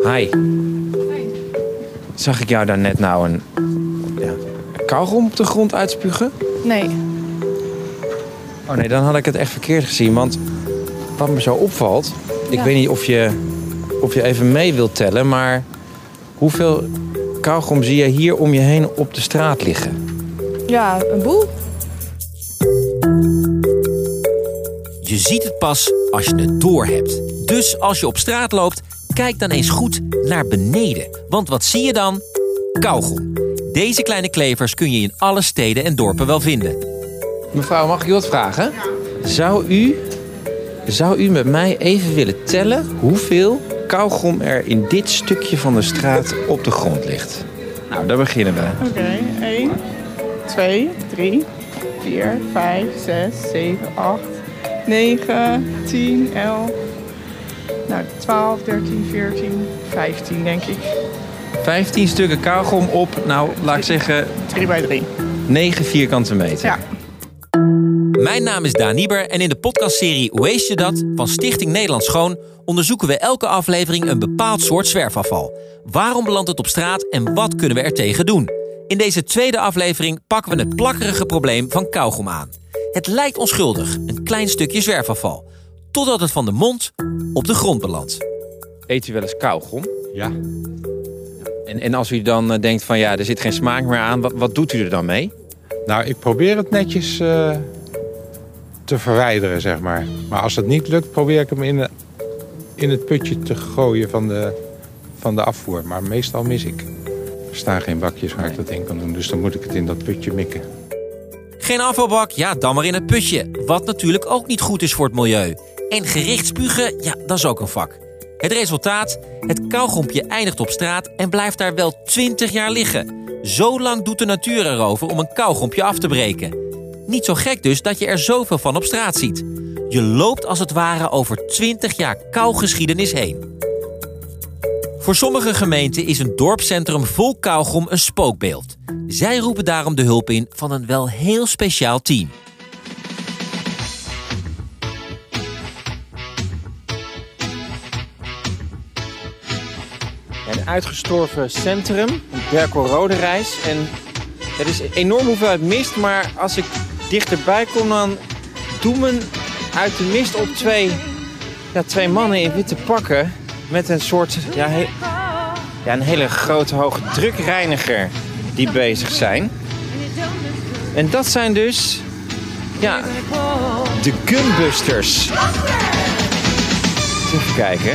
Hi. Zag ik jou daar net nou een kauwgom op de grond uitspugen? Nee. Oh nee, dan had ik het echt verkeerd gezien. Want wat me zo opvalt... Ik weet niet of je even mee wilt tellen... maar hoeveel kauwgom zie je hier om je heen op de straat liggen? Ja, een boel. Je ziet het pas als je het doorhebt. Dus als je op straat loopt, kijk dan eens goed naar beneden. Want wat zie je dan? Kauwgom. Deze kleine klevers kun je in alle steden en dorpen wel vinden. Mevrouw, mag ik u wat vragen? Ja. Zou u met mij even willen tellen hoeveel kauwgom er in dit stukje van de straat op de grond ligt? Nou, daar beginnen we. Oké, 1, 2, 3, 4, 5, 6, 7, 8, 9, 10, 11... Nou, 12, 13, 14, 15 denk ik. 15 stukken kauwgom op, nou, laat ik zeggen... 3 bij 3. 9 vierkante meter. Ja. Mijn naam is Daan Nieber en in de podcastserie Hoe Wees je dat? Van Stichting Nederland Schoon onderzoeken we elke aflevering een bepaald soort zwerfafval. Waarom belandt het op straat en wat kunnen we er tegen doen? In deze tweede aflevering pakken we het plakkerige probleem van kauwgom aan. Het lijkt onschuldig, een klein stukje zwerfafval. Totdat het van de mond op de grond belandt. Eet u wel eens kauwgom? Ja. En als u dan denkt van ja, er zit geen smaak meer aan, wat doet u er dan mee? Nou, ik probeer het netjes te verwijderen, zeg maar. Maar als het niet lukt, probeer ik hem in het putje te gooien van de afvoer. Maar meestal mis ik. Er staan geen bakjes waar ik dat in kan doen, dus dan moet ik het in dat putje mikken. Geen afvalbak? Ja, dan maar in het putje. Wat natuurlijk ook niet goed is voor het milieu. En gericht spugen? Ja, dat is ook een vak. Het resultaat? Het kauwgompje eindigt op straat en blijft daar wel 20 jaar liggen. Zo lang doet de natuur erover om een kauwgompje af te breken. Niet zo gek dus dat je er zoveel van op straat ziet. Je loopt als het ware over 20 jaar kauwgeschiedenis heen. Voor sommige gemeenten is een dorpscentrum vol kauwgom een spookbeeld. Zij roepen daarom de hulp in van een wel heel speciaal team. Een uitgestorven centrum, een Berkel-Roderijs. En het is een enorm hoeveelheid mist, maar als ik dichterbij kom, dan doemen uit de mist op twee mannen in witte pakken met een soort, een hele grote hoge drukreiniger die bezig zijn. En dat zijn dus, de Gumbusters. Even kijken.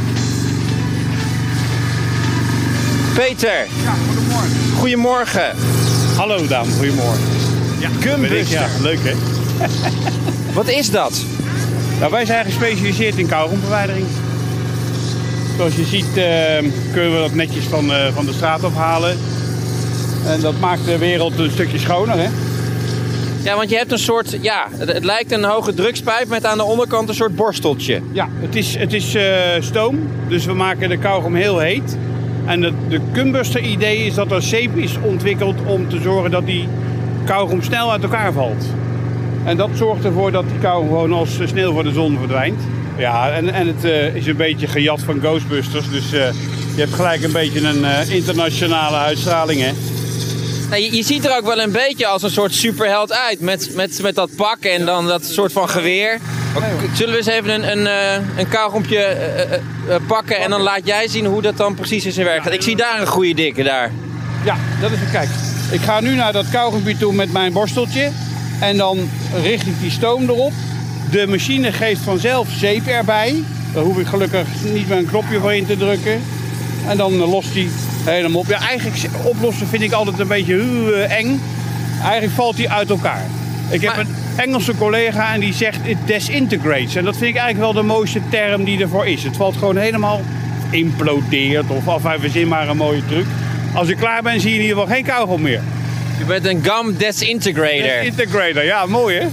Peter. Ja, goedemorgen. Goedemorgen. Hallo Daan, goedemorgen. Ja, Gumbuster. ja, leuk hè? Wat is dat? Nou, wij zijn gespecialiseerd in kauwgomverwijdering. Zoals je ziet kunnen we dat netjes van de straat afhalen. En dat maakt de wereld een stukje schoner hè? Ja, want je hebt een soort, het lijkt een hoge drukspijp met aan de onderkant een soort borsteltje. Ja, het is stoom, dus we maken de kauwgom heel heet. En de Gumbuster idee is dat er zeep is ontwikkeld om te zorgen dat die kauwgom snel uit elkaar valt. En dat zorgt ervoor dat die kauwgom gewoon als sneeuw voor de zon verdwijnt. Ja, en het is een beetje gejat van Ghostbusters, dus je hebt gelijk een beetje een internationale uitstraling hè. Nou, je ziet er ook wel een beetje als een soort superheld uit met dat pak en dan dat soort van geweer. Zullen we eens even een kauwgompje pakken en dan laat jij zien hoe dat dan precies in zijn werk gaat. Ik zie daar een goede dikke daar. Ja, dat is het. Kijk. Ik ga nu naar dat kauwgompje toe met mijn borsteltje. En dan richt ik die stoom erop. De machine geeft vanzelf zeep erbij. Daar hoef ik gelukkig niet meer een knopje voor in te drukken. En dan lost die helemaal op. Ja, eigenlijk oplossen vind ik altijd een beetje eng. Eigenlijk valt die uit elkaar. Ik heb een Engelse collega en die zegt it disintegrates. En dat vind ik eigenlijk wel de mooiste term die ervoor is. Het valt gewoon helemaal implodeert of verzin maar een mooie truc. Als ik klaar ben zie je in ieder geval geen kauwgom meer. Je bent een gum disintegrator. Disintegrator, ja mooi hè.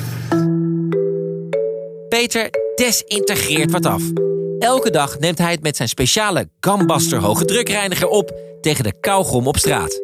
Peter desintegreert wat af. Elke dag neemt hij het met zijn speciale Gumbuster hoge drukreiniger op tegen de kauwgom op straat.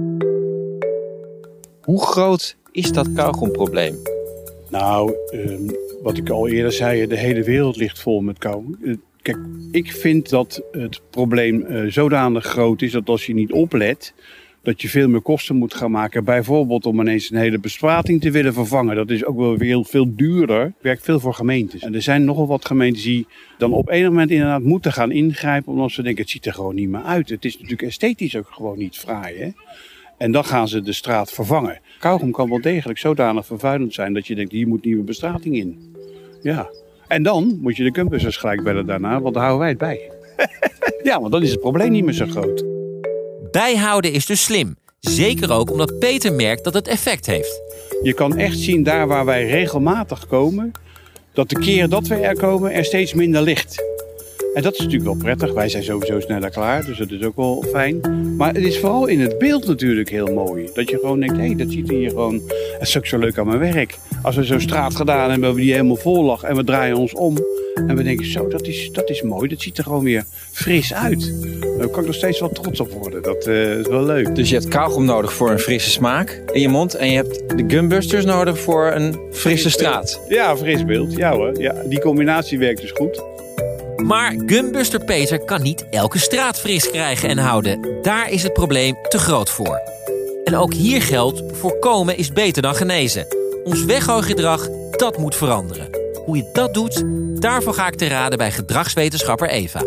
Hoe groot is dat kauwgomprobleem? Nou, wat ik al eerder zei, de hele wereld ligt vol met kauwgom. Kijk, ik vind dat het probleem zodanig groot is dat als je niet oplet, dat je veel meer kosten moet gaan maken. Bijvoorbeeld om ineens een hele bestrating te willen vervangen. Dat is ook wel weer veel duurder. Werkt veel voor gemeentes. En er zijn nogal wat gemeentes die dan op enig moment inderdaad moeten gaan ingrijpen. Omdat ze denken, het ziet er gewoon niet meer uit. Het is natuurlijk esthetisch ook gewoon niet fraai, hè? En dan gaan ze de straat vervangen. Kauwgom kan wel degelijk zodanig vervuilend zijn dat je denkt, hier moet nieuwe bestrating in. Ja. En dan moet je de Gunbusters gelijk bellen daarna, want dan houden wij het bij. Ja, want dan is het probleem niet meer zo groot. Bijhouden is dus slim. Zeker ook omdat Peter merkt dat het effect heeft. Je kan echt zien daar waar wij regelmatig komen, dat de keren dat we er komen er steeds minder ligt. En dat is natuurlijk wel prettig. Wij zijn sowieso sneller klaar, dus dat is ook wel fijn. Maar het is vooral in het beeld natuurlijk heel mooi. Dat je gewoon denkt, hé, dat ziet er hier gewoon... Het is ook zo leuk aan mijn werk. Als we zo'n straat gedaan hebben die helemaal vol lag en we draaien ons om. En we denken, zo, dat is mooi. Dat ziet er gewoon weer fris uit. Daar kan ik nog steeds wel trots op worden. Dat is wel leuk. Dus je hebt kauwgom nodig voor een frisse smaak in je mond. En je hebt de Gunbusters nodig voor een frisse straat. Ja, fris beeld. Ja hoor. Ja, die combinatie werkt dus goed. Maar Gunbuster Peter kan niet elke straat fris krijgen en houden. Daar is het probleem te groot voor. En ook hier geldt, voorkomen is beter dan genezen. Ons weggooigedrag, dat moet veranderen. Hoe je dat doet, daarvoor ga ik te raden bij gedragswetenschapper Eva.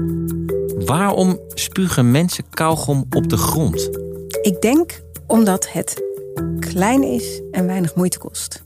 Waarom spugen mensen kauwgom op de grond? Ik denk omdat het klein is en weinig moeite kost.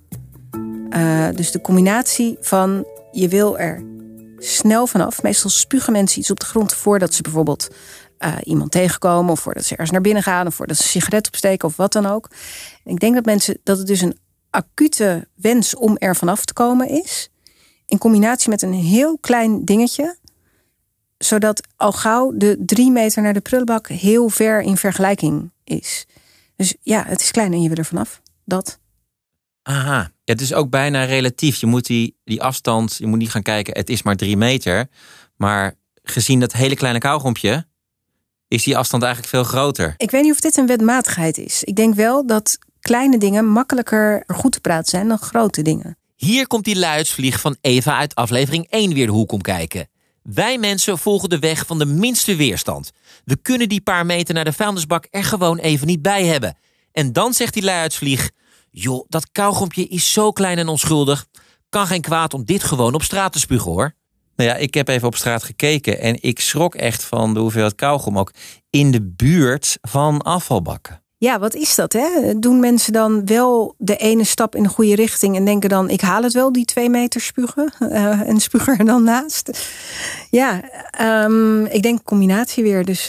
Dus de combinatie van je wil er snel vanaf. Meestal spugen mensen iets op de grond voordat ze bijvoorbeeld iemand tegenkomen, of voordat ze ergens naar binnen gaan, of voordat ze een sigaret opsteken of wat dan ook. En ik denk dat het dus een acute wens om er vanaf te komen is, in combinatie met een heel klein dingetje, zodat al gauw de 3 meter naar de prullenbak heel ver in vergelijking is. Dus ja, het is klein en je wil er vanaf. Dat. Aha, ja, het is ook bijna relatief. Je moet die afstand, je moet niet gaan kijken, het is maar 3 meter. Maar gezien dat hele kleine kauwgompje, is die afstand eigenlijk veel groter. Ik weet niet of dit een wetmatigheid is. Ik denk wel dat kleine dingen makkelijker goed te praten zijn dan grote dingen. Hier komt die luidsvlieg van Eva uit aflevering 1 weer de hoek om kijken. Wij mensen volgen de weg van de minste weerstand. We kunnen die paar meter naar de vuilnisbak er gewoon even niet bij hebben. En dan zegt die luidsvlieg, joh, dat kauwgompje is zo klein en onschuldig. Kan geen kwaad om dit gewoon op straat te spugen, hoor. Nou ja, ik heb even op straat gekeken en ik schrok echt van de hoeveelheid kauwgom ook in de buurt van afvalbakken. Ja, wat is dat, hè? Doen mensen dan wel de ene stap in de goede richting en denken dan, ik haal het wel, die 2 meter spugen en spugen er dan naast? Ja, ik denk combinatie weer. Dus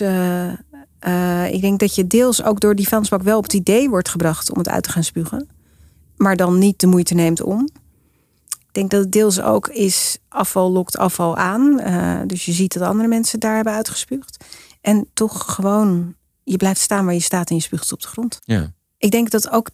ik denk dat je deels ook door die vuilnisbak wel op het idee wordt gebracht om het uit te gaan spugen, maar dan niet de moeite neemt om. Ik denk dat het deels ook is, afval lokt afval aan. Dus je ziet dat andere mensen het daar hebben uitgespuugd. En toch gewoon, je blijft staan waar je staat en je spuugt op de grond. Ja. Ik denk dat ook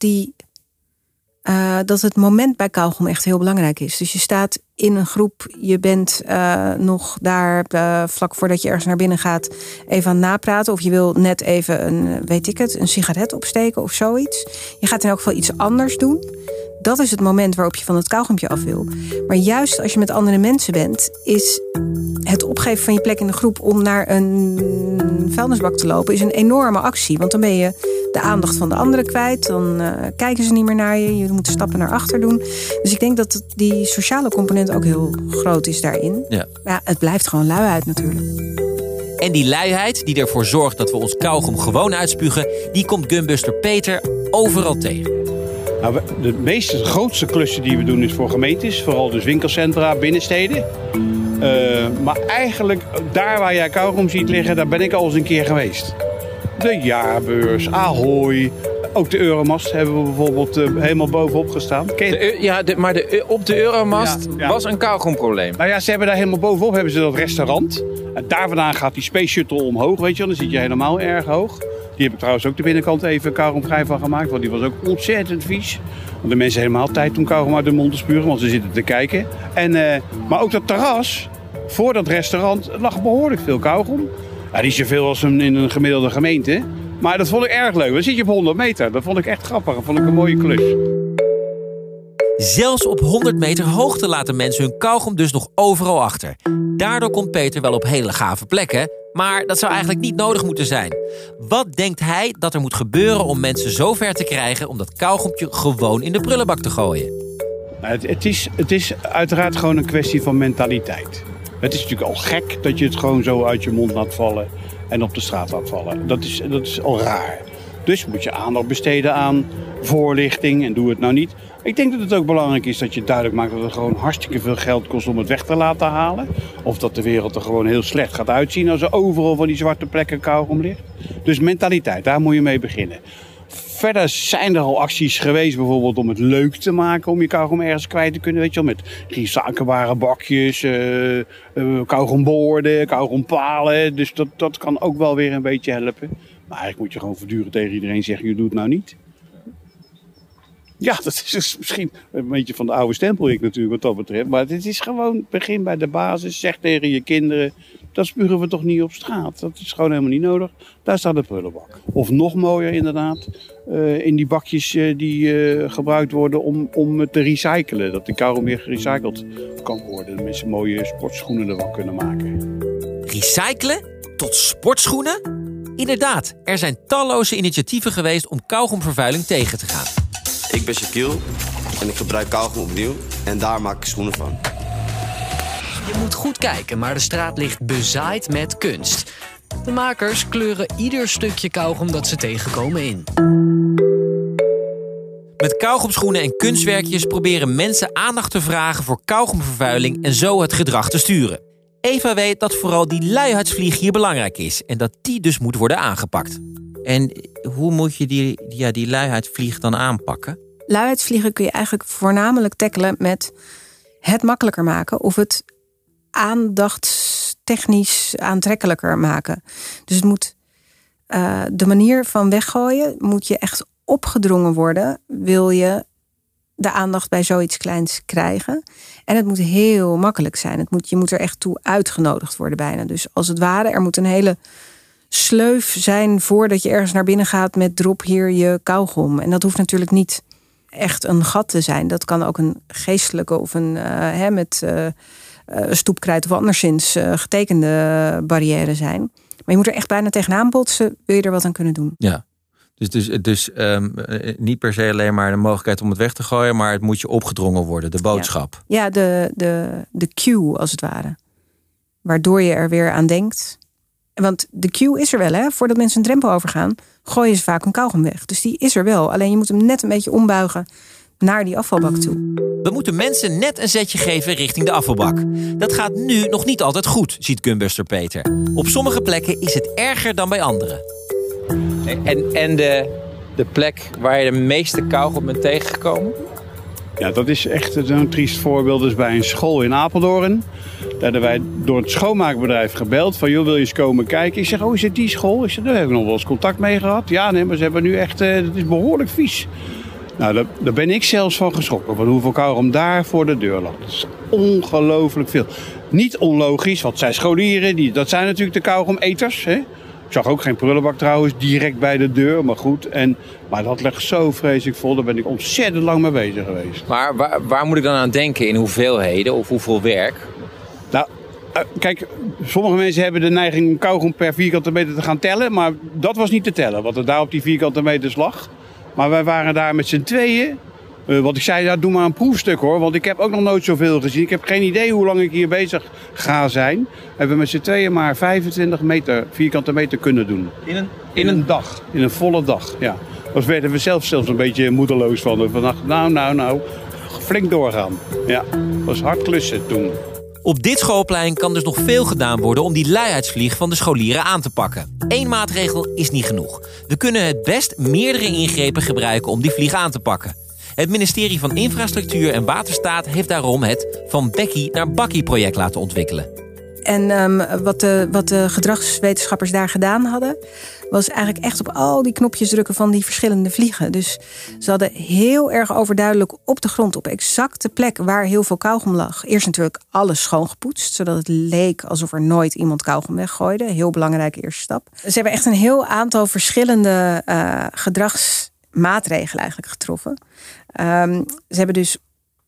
dat het moment bij kauwgom echt heel belangrijk is. Dus je staat in een groep, je bent nog daar vlak voordat je ergens naar binnen gaat even aan het napraten. Of je wil net even een sigaret opsteken of zoiets. Je gaat in elk geval iets anders doen. Dat is het moment waarop je van het kauwgompje af wil. Maar juist als je met andere mensen bent, is het opgeven van je plek in de groep om naar een vuilnisbak te lopen is een enorme actie. Want dan ben je de aandacht van de anderen kwijt. Dan kijken ze niet meer naar je. Je moet stappen naar achter doen. Dus ik denk dat die sociale component ook heel groot is daarin. Ja. Ja, het blijft gewoon luiheid natuurlijk. En die luiheid die ervoor zorgt dat we ons kauwgom gewoon uitspugen, die komt Gunbuster Peter overal tegen. Nou, de grootste klussen die we doen is voor gemeentes. Vooral dus winkelcentra, binnensteden. Maar eigenlijk daar waar jij kauwgom ziet liggen, daar ben ik al eens een keer geweest. De jaarbeurs, Ahoy. Ook de Euromast hebben we bijvoorbeeld helemaal bovenop gestaan. Maar op de Euromast was een kauwgomprobleem. Nou ja, ze hebben daar helemaal bovenop hebben ze dat restaurant. En daar vandaan gaat die Space Shuttle omhoog, weet je wel. Dan zit je helemaal erg hoog. Die heb ik trouwens ook de binnenkant even kauwgomvrij van gemaakt. Want die was ook ontzettend vies. Want de mensen helemaal tijd om kauwgom uit de mond te spuren. Want ze zitten te kijken. Maar ook dat terras voor dat restaurant lag behoorlijk veel kauwgom. Ja, niet zoveel als in een gemiddelde gemeente. Maar dat vond ik erg leuk. Dan zit je op 100 meter. Dat vond ik echt grappig. Dat vond ik een mooie klus. Zelfs op 100 meter hoogte laten mensen hun kauwgom dus nog overal achter. Daardoor komt Peter wel op hele gave plekken, maar dat zou eigenlijk niet nodig moeten zijn. Wat denkt hij dat er moet gebeuren om mensen zo ver te krijgen om dat kauwgompje gewoon in de prullenbak te gooien? Het is uiteraard gewoon een kwestie van mentaliteit. Het is natuurlijk al gek dat je het gewoon zo uit je mond laat vallen en op de straat laat vallen. Dat is al raar. Dus moet je aandacht besteden aan voorlichting en doe het nou niet. Ik denk dat het ook belangrijk is dat je duidelijk maakt dat het gewoon hartstikke veel geld kost om het weg te laten halen. Of dat de wereld er gewoon heel slecht gaat uitzien als er overal van die zwarte plekken kauwgom ligt. Dus mentaliteit, daar moet je mee beginnen. Verder zijn er al acties geweest bijvoorbeeld om het leuk te maken om je kauwgom ergens kwijt te kunnen. Weet je wel, met recyclebare bakjes, kauwgomborden, kauwgompalen. Dus dat kan ook wel weer een beetje helpen. Maar eigenlijk moet je gewoon voortdurend tegen iedereen zeggen, je doet het nou niet. Ja, dat is dus misschien een beetje van de oude stempel ik natuurlijk wat dat betreft. Maar het is gewoon, begin bij de basis. Zeg tegen je kinderen, dat spugen we toch niet op straat. Dat is gewoon helemaal niet nodig. Daar staat de prullenbak. Of nog mooier inderdaad, in die bakjes die gebruikt worden om te recyclen. Dat de kauwgom weer gerecycled kan worden. Dat mensen mooie sportschoenen ervan kunnen maken. Recyclen? Tot sportschoenen? Inderdaad, er zijn talloze initiatieven geweest om kauwgomvervuiling tegen te gaan. Ik ben Shaquille en ik gebruik kauwgom opnieuw en daar maak ik schoenen van. Je moet goed kijken, maar de straat ligt bezaaid met kunst. De makers kleuren ieder stukje kauwgom dat ze tegenkomen in. Met kauwgomschoenen en kunstwerkjes proberen mensen aandacht te vragen voor kauwgomvervuiling en zo het gedrag te sturen. Eva weet dat vooral die luihuidsvlieg hier belangrijk is en dat die dus moet worden aangepakt. En hoe moet je die luihuidsvlieg dan aanpakken? Luihuidsvliegen kun je eigenlijk voornamelijk tackelen met het makkelijker maken of het aandachtstechnisch aantrekkelijker maken. Dus het moet de manier van weggooien moet je echt opgedrongen worden, wil je de aandacht bij zoiets kleins krijgen. En het moet heel makkelijk zijn. Je moet er echt toe uitgenodigd worden bijna. Dus als het ware, er moet een hele sleuf zijn voordat je ergens naar binnen gaat met drop hier je kauwgom. En dat hoeft natuurlijk niet echt een gat te zijn. Dat kan ook een geestelijke of een met stoepkrijt of anderszins getekende barrière zijn. Maar je moet er echt bijna tegenaan botsen, wil je er wat aan kunnen doen. Ja. Dus niet per se alleen maar de mogelijkheid om het weg te gooien, maar het moet je opgedrongen worden, de boodschap. Ja, de cue als het ware. Waardoor je er weer aan denkt. Want de cue is er wel, hè? Voordat mensen een drempel overgaan, gooien ze vaak een kauwgom weg. Dus die is er wel. Alleen je moet hem net een beetje ombuigen naar die afvalbak toe. We moeten mensen net een zetje geven richting de afvalbak. Dat gaat nu nog niet altijd goed, ziet Gunbuster Peter. Op sommige plekken is het erger dan bij anderen. En de plek waar je de meeste kauwgom bent tegengekomen? Ja, dat is echt zo'n triest voorbeeld. Dus bij een school in Apeldoorn. Daar hebben wij door het schoonmaakbedrijf gebeld. Van, joh, wil je eens komen kijken? Ik zeg, is het die school? Ik zeg, daar hebben we nog wel eens contact mee gehad. Ja, nee, maar ze hebben nu echt, het is behoorlijk vies. Nou, daar ben ik zelfs van geschrokken. Van hoeveel kauwgom daar voor de deur lag. Dat is ongelooflijk veel. Niet onlogisch, want zij scholieren, dat zijn natuurlijk de kauwgometers, hè? Ik zag ook geen prullenbak trouwens, direct bij de deur, maar goed. Maar dat ligt zo vreselijk vol, daar ben ik ontzettend lang mee bezig geweest. Maar waar moet ik dan aan denken? In hoeveelheden of hoeveel werk? Nou, kijk, sommige mensen hebben de neiging om kauwgom per vierkante meter te gaan tellen. Maar dat was niet te tellen, wat er daar op die vierkante meters lag. Maar wij waren daar met z'n tweeën. Wat ik zei, ja, doe maar een proefstuk hoor. Want ik heb ook nog nooit zoveel gezien. Ik heb geen idee hoe lang ik hier bezig ga zijn. Hebben we met z'n tweeën maar 25 vierkante meter kunnen doen. In een dag. In een volle dag, ja. Daar werden we zelfs een beetje moedeloos van. We dachten, nou, flink doorgaan. Ja, dat was hard klussen toen. Op dit schoolplein kan dus nog veel gedaan worden om die luihuidsvlieg van de scholieren aan te pakken. Eén maatregel is niet genoeg. We kunnen het best meerdere ingrepen gebruiken om die vlieg aan te pakken. Het ministerie van Infrastructuur en Waterstaat heeft daarom het Van Bekkie naar Bakkie project laten ontwikkelen. En wat de gedragswetenschappers daar gedaan hadden, was eigenlijk echt op al die knopjes drukken van die verschillende vliegen. Dus ze hadden heel erg overduidelijk op de grond, op exact de plek waar heel veel kauwgom lag. Eerst natuurlijk alles schoongepoetst, zodat het leek alsof er nooit iemand kauwgom weggooide. Heel belangrijke eerste stap. Ze hebben echt een heel aantal verschillende gedragsmaatregelen eigenlijk getroffen. Ze hebben dus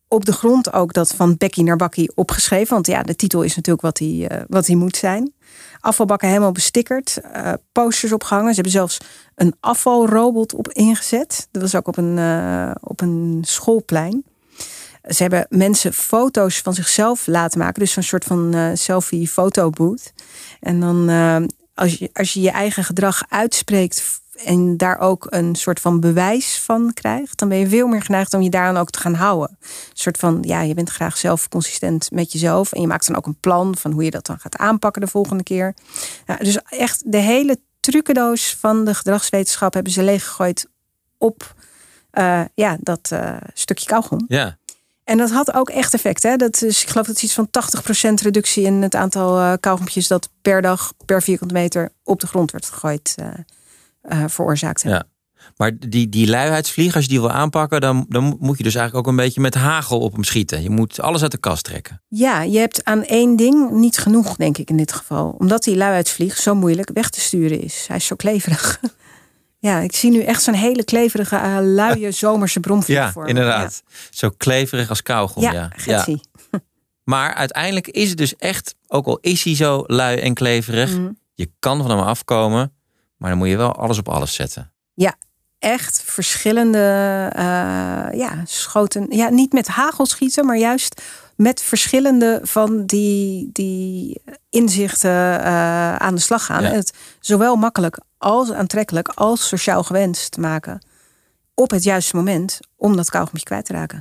op de grond ook dat van bekkie naar bakkie opgeschreven. Want ja, de titel is natuurlijk wat hij moet zijn. Afvalbakken helemaal bestickerd. Posters opgehangen. Ze hebben zelfs een afvalrobot op ingezet. Dat was ook op een schoolplein. Ze hebben mensen foto's van zichzelf laten maken. Dus zo'n soort van selfie fotobooth. En dan als je je eigen gedrag uitspreekt en daar ook een soort van bewijs van krijgt, dan ben je veel meer geneigd om je daaraan ook te gaan houden. Een soort van, ja, je bent graag zelf consistent met jezelf. En je maakt dan ook een plan van hoe je dat dan gaat aanpakken de volgende keer. Ja, dus echt de hele trucendoos van de gedragswetenschap hebben ze leeggegooid op dat stukje kauwgom. Ja. En dat had ook echt effect. Hè? Dus ik geloof dat iets van 80% reductie in het aantal kauwgompjes dat per dag, per vierkante meter op de grond werd gegooid veroorzaakt hebben. Ja. Maar die luiheidsvlieg, als je die wil aanpakken, dan moet je dus eigenlijk ook een beetje met hagel op hem schieten. Je moet alles uit de kast trekken. Ja, je hebt aan één ding niet genoeg, denk ik in dit geval. Omdat die luiheidsvlieg zo moeilijk weg te sturen is. Hij is zo kleverig. Ja, ik zie nu echt zo'n hele kleverige, luie zomerse bromvlieg voor me. Inderdaad. Ja. Zo kleverig als kauwgom. Ja. Maar uiteindelijk is het dus echt, ook al is hij zo lui en kleverig, je kan van hem afkomen, maar dan moet je wel alles op alles zetten. Ja, echt verschillende schoten. Ja, niet met hagel schieten, maar juist met verschillende van die inzichten aan de slag gaan. Ja. En het zowel makkelijk als aantrekkelijk als sociaal gewenst maken op het juiste moment om dat kauwgompje kwijt te raken.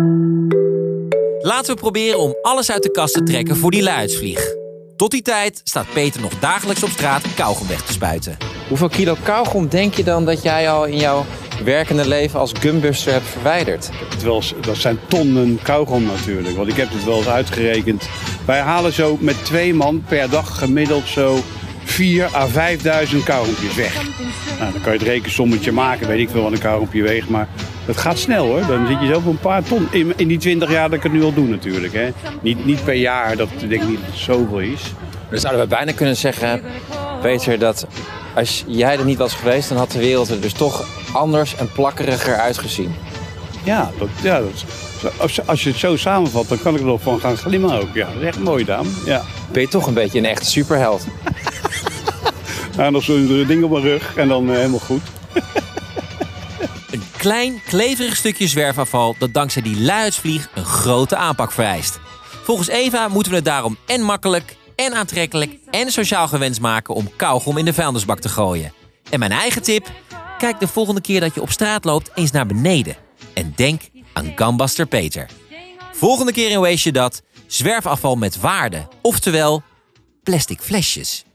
Laten we proberen om alles uit de kast te trekken voor die luiheidsvlieg. Tot die tijd staat Peter nog dagelijks op straat kauwgom weg te spuiten. Hoeveel kilo kauwgom denk je dan dat jij al in jouw werkende leven als gumbuster hebt verwijderd? Dat zijn tonnen kauwgom natuurlijk, want ik heb het wel eens uitgerekend. Wij halen zo met 2 man per dag gemiddeld zo 4.000 à 5.000 kauwgompjes weg. Nou, dan kan je het rekensommetje maken, weet ik veel wat een kauwgompje weegt, maar het gaat snel hoor. Dan zit je zelf een paar ton in die 20 jaar dat ik het nu al doe natuurlijk. Hè. Niet per jaar, dat denk ik niet dat het zoveel is. Dan zouden we bijna kunnen zeggen, Peter, dat als jij er niet was geweest, dan had de wereld er dus toch anders en plakkeriger uitgezien. Ja, als je het zo samenvat, dan kan ik er nog van gaan glimmen ook. Ja, dat is echt mooi, Daan. Ja. Ben je toch een beetje een echte superheld? Nou, nog zo'n ding op mijn rug en dan helemaal goed. Een klein, kleverig stukje zwerfafval dat dankzij die luiheidsvlieg een grote aanpak vereist. Volgens Eva moeten we het daarom en makkelijk en aantrekkelijk en sociaal gewenst maken om kauwgom in de vuilnisbak te gooien. En mijn eigen tip, kijk de volgende keer dat je op straat loopt eens naar beneden. En denk aan Gumbuster Peter. Volgende keer in Wees je dat, zwerfafval met waarde, oftewel plastic flesjes.